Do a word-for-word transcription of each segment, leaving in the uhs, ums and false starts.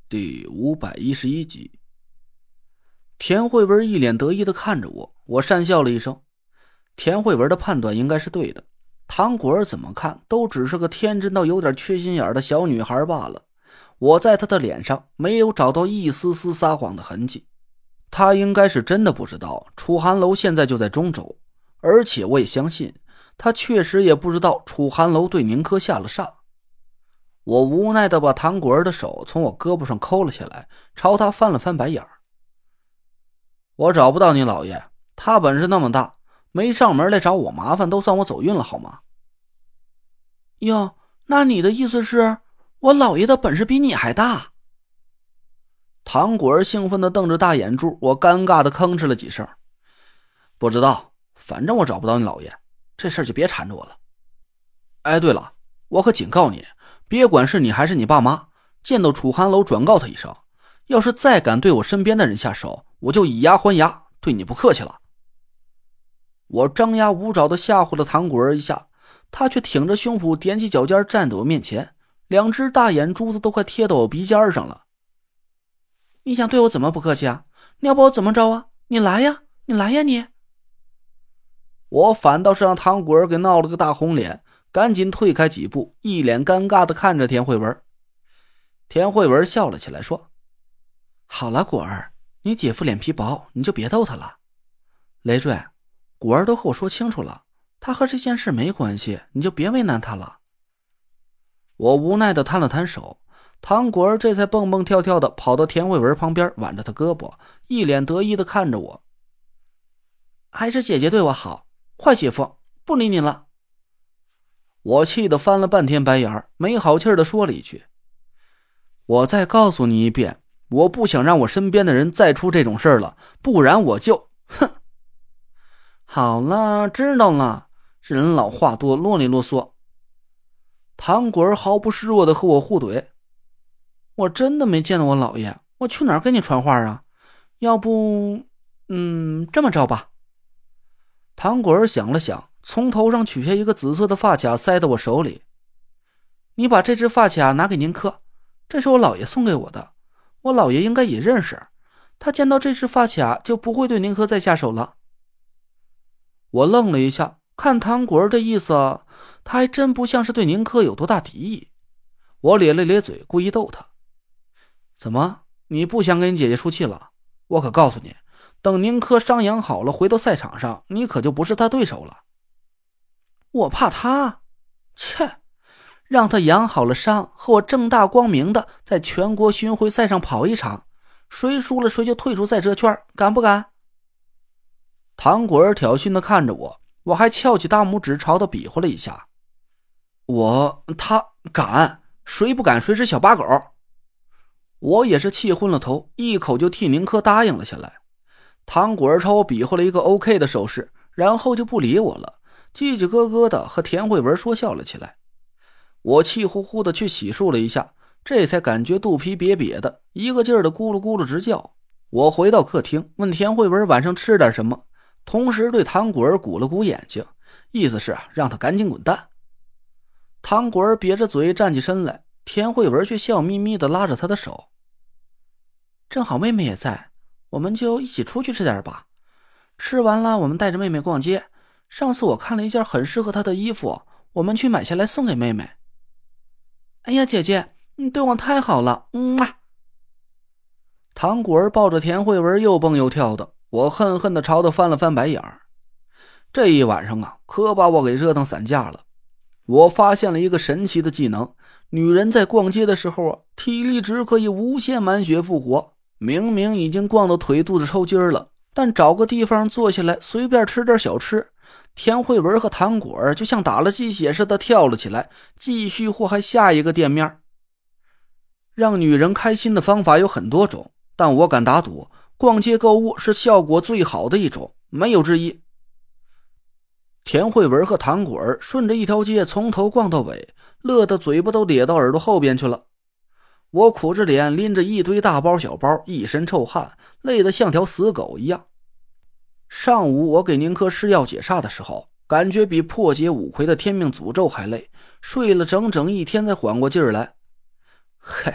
第五百一十一集。田慧文一脸得意地看着我，我讪笑了一声。田慧文的判断应该是对的，唐果儿怎么看都只是个天真到有点缺心眼的小女孩罢了。我在她的脸上没有找到一丝丝撒谎的痕迹，她应该是真的不知道楚寒楼现在就在中州，而且我也相信她确实也不知道楚寒楼对宁珂下了煞。我无奈地把唐果儿的手从我胳膊上抠了下来，朝他翻了翻白眼儿。我找不到你老爷，他本事那么大，没上门来找我麻烦都算我走运了好吗？ 哟，那你的意思是我老爷的本事比你还大？ 唐果儿兴奋地瞪着大眼珠，我尴尬地吭哧了几声。不知道，反正我找不到你老爷，这事儿就别缠着我了。哎，对了，我可警告你，别管是你还是你爸妈，见到楚寒楼转告他一声，要是再敢对我身边的人下手，我就以牙还牙，对你不客气了。我张牙舞爪地吓唬了唐果儿一下，他却挺着胸脯踮起脚尖站在我面前，两只大眼珠子都快贴到我鼻尖上了。 你想对我怎么不客气啊？你要把我怎么着啊？你来呀，你来呀你！ 我反倒是让唐果儿给闹了个大红脸，赶紧退开几步，一脸尴尬地看着田慧文。田慧文笑了起来说：好了果儿，你姐夫脸皮薄，你就别逗他了。累赘，果儿都和我说清楚了，他和这件事没关系，你就别为难他了。我无奈地摊了摊手，唐果儿这才蹦蹦跳跳地跑到田慧文旁边，挽着他胳膊，一脸得意地看着我。 还是姐姐对我好，坏姐夫不理你了。 我气得翻了半天白眼，没好气地说了一句：我再告诉你一遍，我不想让我身边的人再出这种事儿了，不然我就……哼！ 好了，知道了，人老话多，啰里啰嗦。 唐果儿毫不示弱地和我互怼： 我真的没见到我老爷，我去哪儿跟你传话啊？要不……嗯，这么着吧。 唐果儿想了想，从头上取下一个紫色的发卡塞到我手里。 你把这只发卡拿给宁珂，这是我老爷送给我的，我老爷应该也认识，他见到这只发卡就不会对宁珂再下手了。 我愣了一下，看唐果儿的意思，他还真不像是对宁珂有多大敌意。我咧了咧嘴，故意逗他：怎么，你不想给你姐姐出气了？我可告诉你，等宁珂伤养好了，回到赛场上，你可就不是他对手了。 我怕他？切，让他养好了伤，和我正大光明的在全国巡回赛上跑一场，谁输了谁就退出赛车圈，敢不敢？ 唐果儿挑衅地看着我，我还翘起大拇指朝他比划了一下。我……他敢？谁不敢谁是小八狗。我也是气昏了头，一口就替宁珂答应了下来。唐果儿朝我比划了一个 OK 的手势，然后就不理我了，叽叽咯咯的和田慧文说笑了起来。我气呼呼的去洗漱了一下，这才感觉肚皮瘪瘪的，一个劲儿的咕噜咕噜直叫。我回到客厅，问田慧文晚上吃点什么，同时对唐果儿鼓了鼓眼睛，意思是让他赶紧滚蛋。唐果儿瘪着嘴站起身来，田慧文却笑眯眯的拉着他的手： 正好妹妹也在，我们就一起出去吃点吧。吃完了我们带着妹妹逛街，上次我看了一件很适合她的衣服，我们去买下来送给妹妹。哎呀姐姐，你对我太好了，嗯啊。 唐果儿抱着田慧文又蹦又跳的，我恨恨地朝他翻了翻白眼儿。这一晚上啊，可把我给热腾散架了。我发现了一个神奇的技能，女人在逛街的时候啊，体力值可以无限满血复活。明明已经逛到腿肚子抽筋了，但找个地方坐下来随便吃点小吃，田慧文和唐果儿就像打了鸡血似的跳了起来，继续祸害下一个店面。让女人开心的方法有很多种，但我敢打赌，逛街购物是效果最好的一种，没有之一。田慧文和唐果儿顺着一条街从头逛到尾，乐得嘴巴都咧到耳朵后边去了。我苦着脸拎着一堆大包小包，一身臭汗，累得像条死狗一样。上午我给宁珂施药解煞的时候，感觉比破解五魁的天命诅咒还累，睡了整整一天才缓过劲儿来。嘿，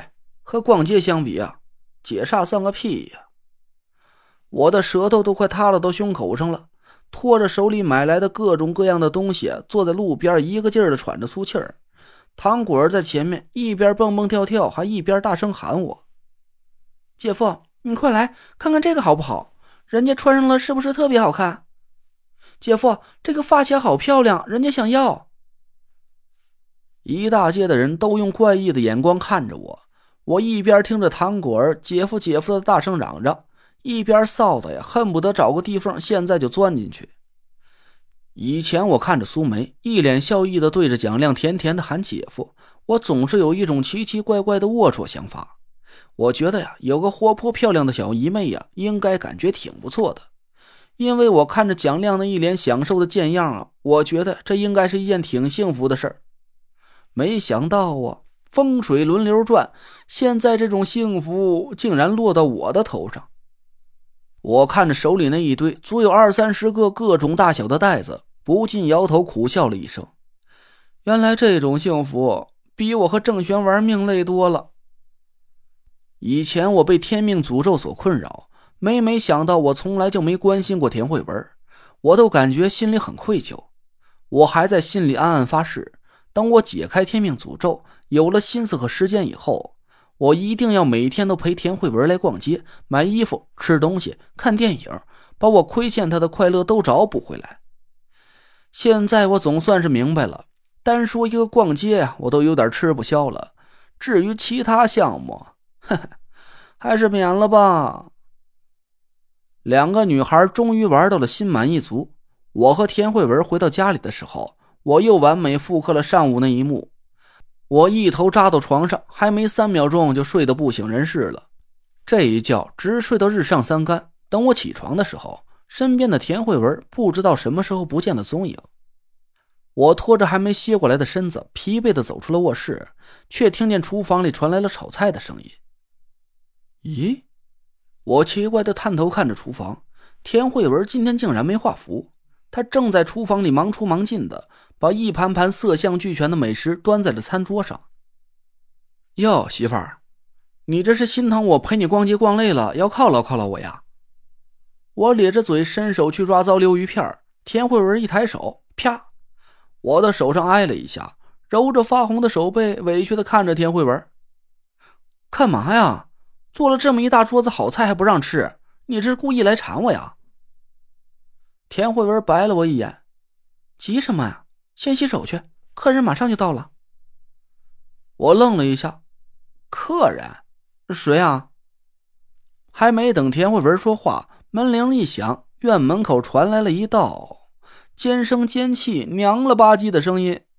和逛街相比啊，解煞算个屁呀！我的舌头都快塌了到胸口上了，拖着手里买来的各种各样的东西，坐在路边一个劲儿的喘着粗气儿。糖果儿在前面一边蹦蹦跳跳，还一边大声喊我：姐夫，你快来看看这个好不好？人家穿上了是不是特别好看？姐夫，这个发卡好漂亮，人家想要。一大街的人都用怪异的眼光看着我，我一边听着糖果儿姐夫姐夫的大声嚷嚷，一边臊的呀，恨不得找个地缝现在就钻进去。以前我看着苏梅一脸笑意的对着蒋亮甜甜的喊姐夫，我总是有一种奇奇怪怪的龌龊想法。我觉得呀，有个活泼漂亮的小姨妹呀，应该感觉挺不错的。因为我看着蒋亮那一脸享受的贱样啊，我觉得这应该是一件挺幸福的事儿。没想到啊，风水轮流转，现在这种幸福竟然落到我的头上。我看着手里那一堆足有二三十个各种大小的袋子，不禁摇头苦笑了一声。原来这种幸福比我和郑玄玩命累多了。以前我被天命诅咒所困扰，每每想到我从来就没关心过田慧文，我都感觉心里很愧疚。我还在心里暗暗发誓，等我解开天命诅咒，有了心思和时间以后，我一定要每天都陪田慧文来逛街，买衣服，吃东西，看电影，把我亏欠她的快乐都找补回来。现在我总算是明白了，单说一个逛街啊，我都有点吃不消了，至于其他项目，呵呵，还是免了吧。两个女孩终于玩到了心满意足。我和田慧文回到家里的时候，我又完美复刻了上午那一幕。我一头扎到床上，还没三秒钟就睡得不省人事了。这一觉直睡到日上三竿。等我起床的时候，身边的田慧文不知道什么时候不见了踪影。我拖着还没歇过来的身子，疲惫地走出了卧室，却听见厨房里传来了炒菜的声音。咦？我奇怪地探头看着厨房，田慧文今天竟然没画符，她正在厨房里忙出忙进的，把一盘盘色香俱全的美食端在了餐桌上。哟，媳妇儿，你这是心疼我陪你逛街逛累了，要犒劳犒劳我呀？我咧着嘴伸手去抓糟溜鱼片，田慧文一抬手，啪！我的手上挨了一下，揉着发红的手背，委屈地看着田慧文。干嘛呀？做了这么一大桌子好菜还不让吃，你这是故意来馋我呀？田慧文白了我一眼，急什么呀？先洗手去，客人马上就到了。我愣了一下，客人？谁啊？还没等田慧文说话，门铃一响，院门口传来了一道尖声尖气、娘了吧唧的声音。